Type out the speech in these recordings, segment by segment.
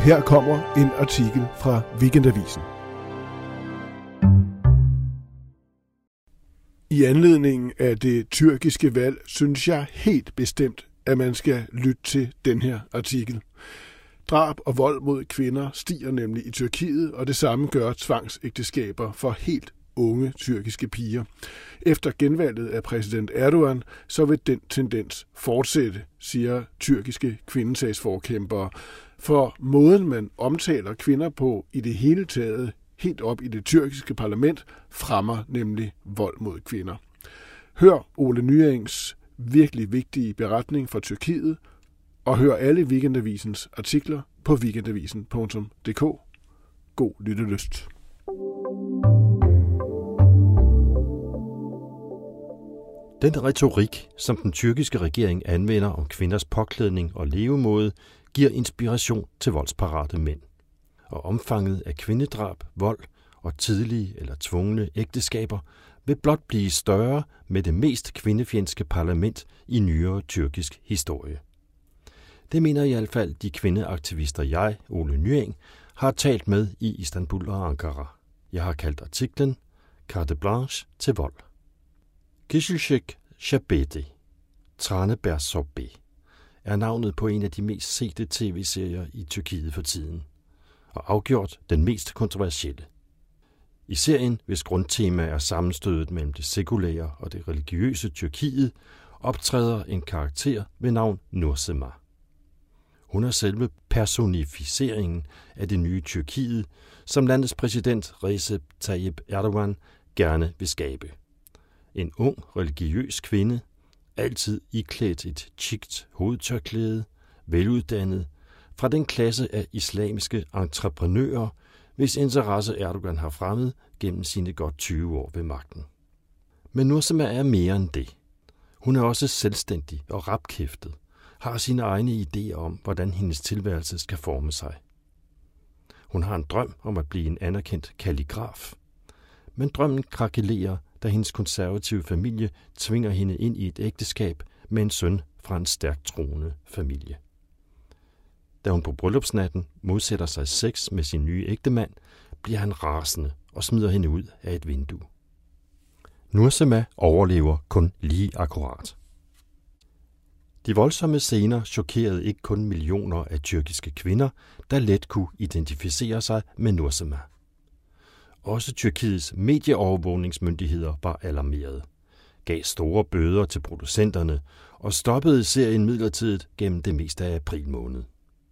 her kommer en artikel fra Weekendavisen. I anledning af det tyrkiske valg synes jeg helt bestemt, at man skal lytte til den her artikel. Drab og vold mod kvinder stiger nemlig i Tyrkiet, og det samme gør tvangsægteskaber for helt unge tyrkiske piger. Efter genvalget af præsident Erdogan, så vil den tendens fortsætte, siger tyrkiske kvindesagsforkæmpere. For måden man omtaler kvinder på i det hele taget, helt op i det tyrkiske parlament, fremmer nemlig vold mod kvinder. Hør Ole Nyengs virkelig vigtige beretning fra Tyrkiet, og hør alle Weekendavisens artikler på weekendavisen.dk. God lyttelyst. Den retorik, som den tyrkiske regering anvender om kvinders påklædning og levemåde, giver inspiration til voldsparate mænd. Og omfanget af kvindedrab, vold og tidlige eller tvungne ægteskaber vil blot blive større med det mest kvindefjendske parlament i nyere tyrkisk historie. Det mener i hvert fald de kvindeaktivister jeg, Ole Nyeng, har talt med i Istanbul og Ankara. Jeg har kaldt artiklen Carte Blanche til vold. Kishilshek Shabeti, Tranebær Sorbe, er navnet på en af de mest sete tv-serier i Tyrkiet for tiden, og afgjort den mest kontroversielle. I serien, hvis grundtema er sammenstødet mellem det sekulære og det religiøse Tyrkiet, optræder en karakter ved navn Nursema. Hun er selve personificeringen af det nye Tyrkiet, som landets præsident Recep Tayyip Erdogan gerne vil skabe. En ung, religiøs kvinde, altid iklædt et chikt hovedtørklæde, veluddannet, fra den klasse af islamiske entreprenører, hvis interesse Erdogan har fremmet gennem sine godt 20 år ved magten. Men Nursema er mere end det. Hun er også selvstændig og rapkæftet, har sine egne idéer om, hvordan hendes tilværelse skal forme sig. Hun har en drøm om at blive en anerkendt kalligraf, men drømmen krakelerer, da hendes konservative familie tvinger hende ind i et ægteskab med en søn fra en stærkt troende familie. Da hun på bryllupsnatten modsætter sig sex med sin nye ægtemand, bliver han rasende og smider hende ud af et vindue. Nursema overlever kun lige akkurat. De voldsomme scener chokerede ikke kun millioner af tyrkiske kvinder, der let kunne identificere sig med Nursema. Også Tyrkiets medieovervågningsmyndigheder var alarmerede, gav store bøder til producenterne og stoppede serien midlertidigt gennem det meste af april måned.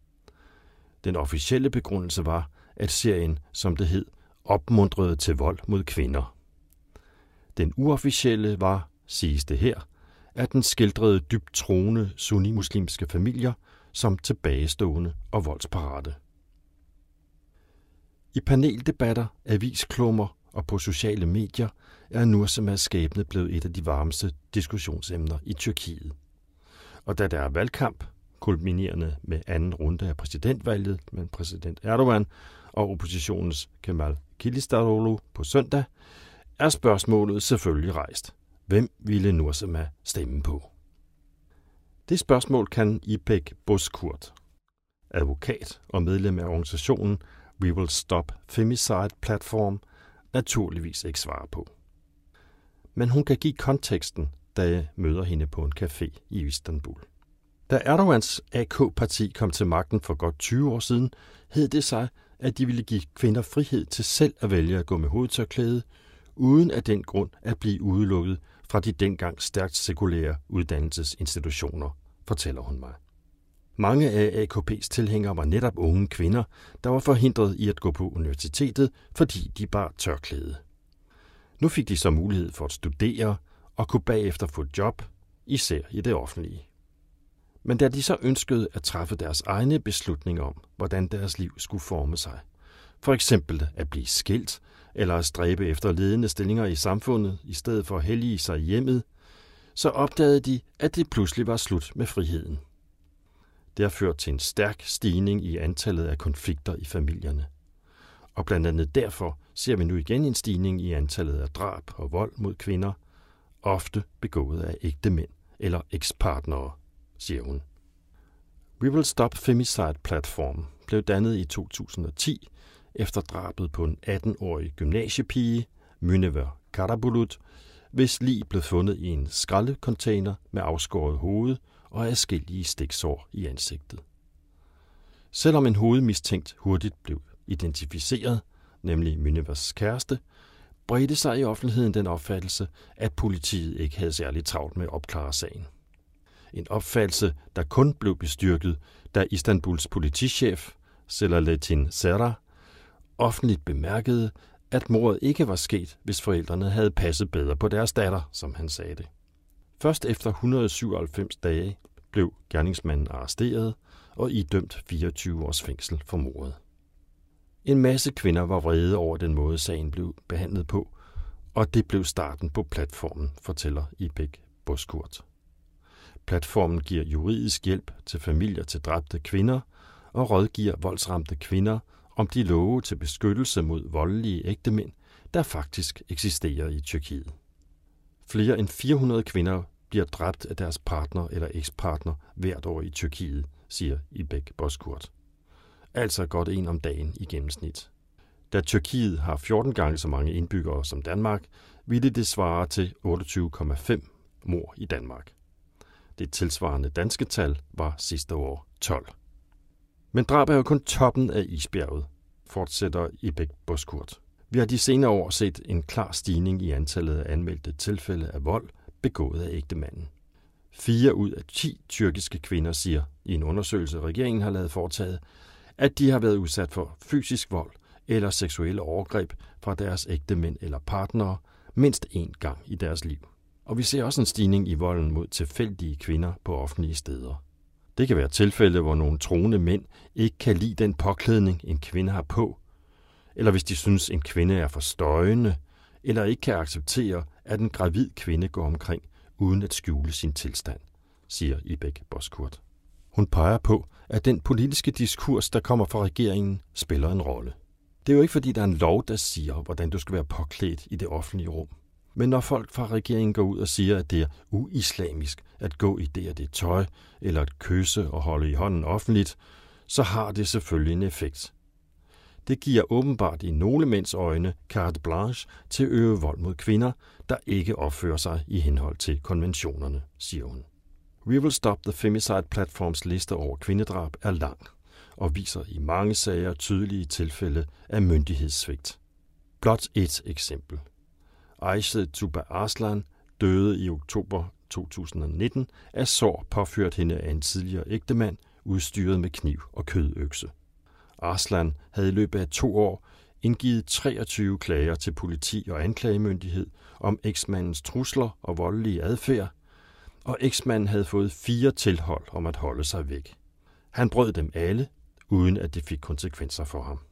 Den officielle begrundelse var, at serien, som det hed, opmuntrede til vold mod kvinder. Den uofficielle var, siges det her, at den skildrede dybt troende sunni-muslimske familier som tilbagestående og voldsparate. I paneldebatter, avisklummer og på sociale medier er Nursemas skæbne blevet et af de varmeste diskussionsemner i Tyrkiet. Og da der er valgkamp, kulminerende med anden runde af præsidentvalget med præsident Erdogan og oppositionens Kemal Kılıçdaroğlu på søndag, er spørgsmålet selvfølgelig rejst. Hvem ville Nursema stemme på? Det spørgsmål kan İpek Bozkurt, advokat og medlem af organisationen We Will Stop Femicide Platform, naturligvis ikke svare på. Men hun kan give konteksten, da jeg møder hende på en café i Istanbul. Da Erdogans AK-parti kom til magten for godt 20 år siden, hed det sig, at de ville give kvinder frihed til selv at vælge at gå med hovedtørklæde, uden af den grund at blive udelukket fra de dengang stærkt sekulære uddannelsesinstitutioner, fortæller hun mig. Mange af AKP's tilhængere var netop unge kvinder, der var forhindret i at gå på universitetet, fordi de bar tørklæde. Nu fik de så mulighed for at studere og kunne bagefter få et job, især i det offentlige. Men da de så ønskede at træffe deres egne beslutninger om, hvordan deres liv skulle forme sig, for eksempel at blive skilt eller at stræbe efter ledende stillinger i samfundet i stedet for at hellige sig i hjemmet, så opdagede de, at det pludselig var slut med friheden. Det har ført til en stærk stigning i antallet af konflikter i familierne. Og blandt andet derfor ser vi nu igen en stigning i antallet af drab og vold mod kvinder, ofte begået af ægte mænd eller ekspartnere, siger hun. We Will Stop Femicide Platform blev dannet i 2010 efter drabet på en 18-årig gymnasiepige, Münevver Karabulut, hvis lig blev fundet i en skraldecontainer med afskåret hoved og adskillige stiksår i ansigtet. Selvom en hovedmistænkt hurtigt blev identificeret, nemlig Münevers kæreste, bredte sig i offentligheden den opfattelse, at politiet ikke havde særligt travlt med at opklare sagen. En opfattelse, der kun blev bestyrket, da Istanbuls politichef, Selahattin Sera, offentligt bemærkede, at mordet ikke var sket, hvis forældrene havde passet bedre på deres datter, som han sagde det. Først efter 197 dage blev gerningsmanden arresteret og idømt 24 års fængsel for mordet. En masse kvinder var vrede over den måde, sagen blev behandlet på, og det blev starten på platformen, fortæller Ipek Bozkurt. Platformen giver juridisk hjælp til familier til dræbte kvinder og rådgiver voldsramte kvinder om de love til beskyttelse mod voldelige ægtemænd, der faktisk eksisterer i Tyrkiet. Flere end 400 kvinder bliver dræbt af deres partner eller ekspartner hvert år i Tyrkiet, siger Ipek Bozkurt. Altså godt en om dagen i gennemsnit. Da Tyrkiet har 14 gange så mange indbyggere som Danmark, ville det svare til 28,5 mord i Danmark. Det tilsvarende danske tal var sidste år 12. Men drab er jo kun toppen af isbjerget, fortsætter Ipek Bozkurt. Vi har de senere år set en klar stigning i antallet af anmeldte tilfælde af vold begået af ægtemanden. 4 ud af 10 tyrkiske kvinder siger i en undersøgelse, regeringen har lavet foretaget, at de har været udsat for fysisk vold eller seksuelle overgreb fra deres ægtemænd eller partnere mindst én gang i deres liv. Og vi ser også en stigning i volden mod tilfældige kvinder på offentlige steder. Det kan være tilfælde, hvor nogle troende mænd ikke kan lide den påklædning, en kvinde har på, eller hvis de synes, en kvinde er for støjende, eller ikke kan acceptere, at en gravid kvinde går omkring uden at skjule sin tilstand, siger Ipek Bozkurt. Hun peger på, at den politiske diskurs, der kommer fra regeringen, spiller en rolle. Det er jo ikke, fordi der er en lov, der siger, hvordan du skal være påklædt i det offentlige rum. Men når folk fra regeringen går ud og siger, at det er uislamisk at gå i det og det tøj, eller at kysse og holde i hånden offentligt, så har det selvfølgelig en effekt. Det giver åbenbart i nogle mænds øjne carte blanche til at øve vold mod kvinder, der ikke opfører sig i henhold til konventionerne, siger hun. We Will Stop the Femicide Platforms liste over kvindedrab er lang og viser i mange sager tydelige tilfælde af myndighedssvigt. Blot et eksempel. Ayşe Tuba Arslan døde i oktober 2019 af sår påført hende af en tidligere ægtemand, udstyret med kniv og kødøkse. Arslan havde i løbet af 2 år indgivet 23 klager til politi og anklagemyndighed om eksmandens trusler og voldelige adfærd, og eksmanden havde fået 4 tilhold om at holde sig væk. Han brød dem alle, uden at det fik konsekvenser for ham.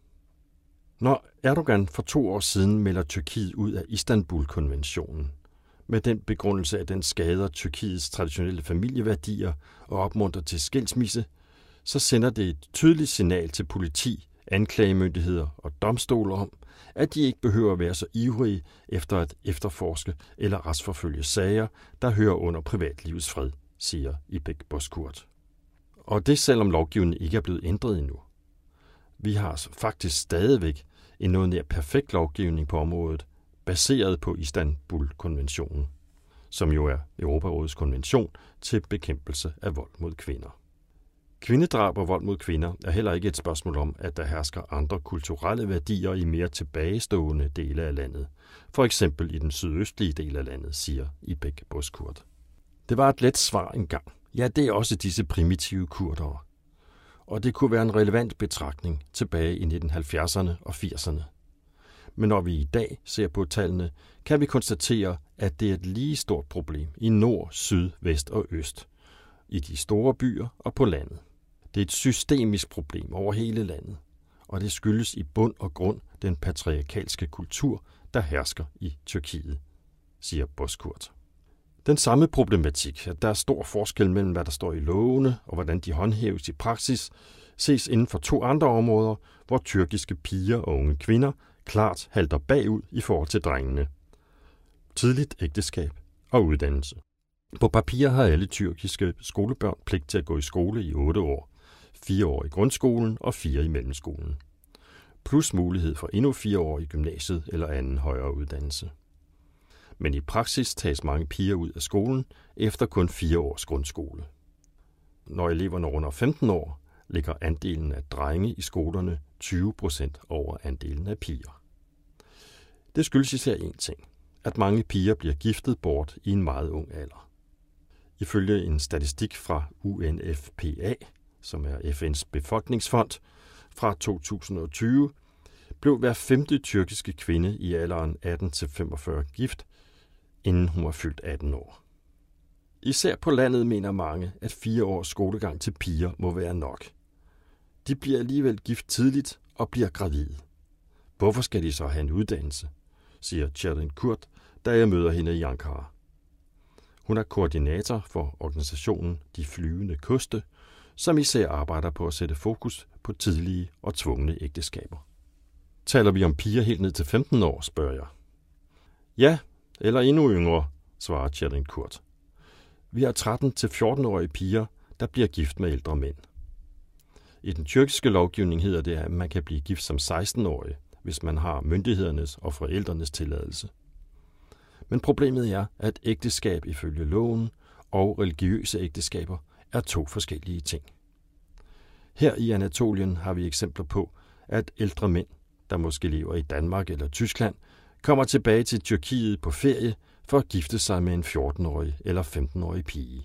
Når Erdogan for 2 år siden melder Tyrkiet ud af Istanbul-konventionen, med den begrundelse, at den skader Tyrkiets traditionelle familieværdier og opmuntrer til skilsmisse, så sender det et tydeligt signal til politi, anklagemyndigheder og domstole om, at de ikke behøver at være så ivrige efter at efterforske eller retsforfølge sager, der hører under privatlivets fred, siger Ipek Bozkurt. Og det selvom lovgivningen ikke er blevet ændret endnu. Vi har faktisk stadigvæk en noget nær perfekt lovgivning på området, baseret på Istanbul-konventionen, som jo er Europarådets konvention til bekæmpelse af vold mod kvinder. Kvindedrab og vold mod kvinder er heller ikke et spørgsmål om, at der hersker andre kulturelle værdier i mere tilbagestående dele af landet. For eksempel i den sydøstlige del af landet, siger Ipek Bozkurt. Det var et let svar engang. Ja, det er også disse primitive kurdere. Og det kunne være en relevant betragtning tilbage i 1970'erne og 80'erne. Men når vi i dag ser på tallene, kan vi konstatere, at det er et lige stort problem i nord, syd, vest og øst, i de store byer og på landet. Det er et systemisk problem over hele landet, og det skyldes i bund og grund den patriarkalske kultur, der hersker i Tyrkiet, siger Bozkurt. Den samme problematik, at der er stor forskel mellem, hvad der står i lovene og hvordan de håndhæves i praksis, ses inden for 2 andre områder, hvor tyrkiske piger og unge kvinder klart halter bagud i forhold til drengene. Tidligt ægteskab og uddannelse. På papir har alle tyrkiske skolebørn pligt til at gå i skole i 8 år. 4 år i grundskolen og 4 i mellemskolen. Plus mulighed for endnu 4 år i gymnasiet eller anden højere uddannelse. Men i praksis tages mange piger ud af skolen efter kun 4 års grundskole. Når eleverne runder 15 år, ligger andelen af drenge i skolerne 20% over andelen af piger. Det skyldes især én ting, at mange piger bliver giftet bort i en meget ung alder. Ifølge en statistik fra UNFPA, som er FN's befolkningsfond, fra 2020, blev hver 5. tyrkiske kvinde i alderen 18-45 gift, inden hun var fyldt 18 år. Især på landet mener mange, at 4 års skolegang til piger må være nok. De bliver alligevel gift tidligt og bliver gravide. Hvorfor skal de så have en uddannelse, siger Çetin Kurt, da jeg møder hende i Ankara. Hun er koordinator for organisationen De Flyvende Koste, som især arbejder på at sætte fokus på tidlige og tvungne ægteskaber. Taler vi om piger helt ned til 15 år, spørger jeg. Ja, eller endnu yngre, svarer Çetin Kurt. Vi har 13-14-årige piger, der bliver gift med ældre mænd. I den tyrkiske lovgivning hedder det, at man kan blive gift som 16-årig, hvis man har myndighedernes og forældrenes tilladelse. Men problemet er, at ægteskab ifølge loven og religiøse ægteskaber er 2 forskellige ting. Her i Anatolien har vi eksempler på, at ældre mænd, der måske lever i Danmark eller Tyskland, kommer tilbage til Tyrkiet på ferie for at gifte sig med en 14-årig eller 15-årig pige.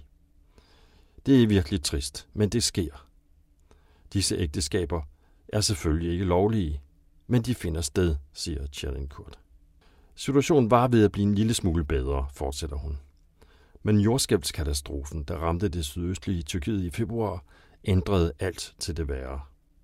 Det er virkelig trist, men det sker. Disse ægteskaber er selvfølgelig ikke lovlige, men de finder sted, siger Çetin Kurt. Situationen var ved at blive en lille smule bedre, fortsætter hun. Men jordskælvskatastrofen, der ramte det sydøstlige Tyrkiet i februar, ændrede alt til det værre.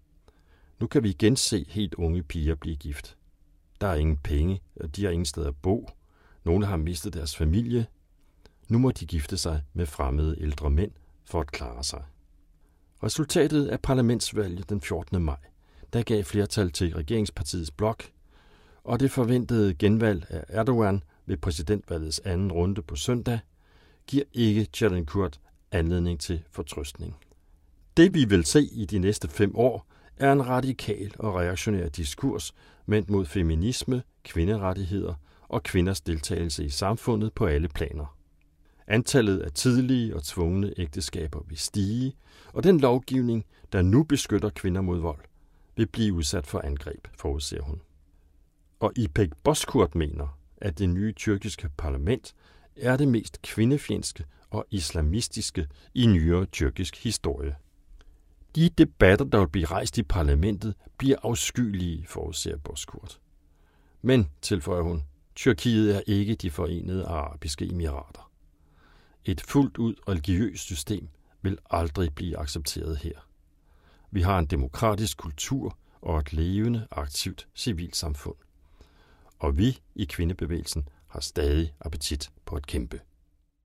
Nu kan vi igen se helt unge piger blive gift. Der er ingen penge, og de har ingen sted at bo. Nogle har mistet deres familie. Nu må de gifte sig med fremmede ældre mænd for at klare sig. Resultatet af parlamentsvalget den 14. maj, der gav flertal til regeringspartiets blok, og det forventede genvalg af Erdogan ved præsidentvalgets anden runde på søndag, giver ikke Çetin Kurt anledning til fortrøstning. Det vi vil se i de næste 5 år, er en radikal og reaktionær diskurs vendt mod feminisme, kvinderettigheder og kvinders deltagelse i samfundet på alle planer. Antallet af tidlige og tvungne ægteskaber vil stige, og den lovgivning, der nu beskytter kvinder mod vold, vil blive udsat for angreb, forudser hun. Og İpek Bozkurt mener, at det nye tyrkiske parlament er det mest kvindefjendske og islamistiske i nyere tyrkisk historie. De debatter, der vil blive rejst i parlamentet, bliver afskyelige, forudser Bozkurt. Men, tilføjer hun, Tyrkiet er ikke de forenede arabiske emirater. Et fuldt ud religiøst system vil aldrig blive accepteret her. Vi har en demokratisk kultur og et levende, aktivt civilsamfund. Og vi i kvindebevægelsen har stadig appetit på at kæmpe.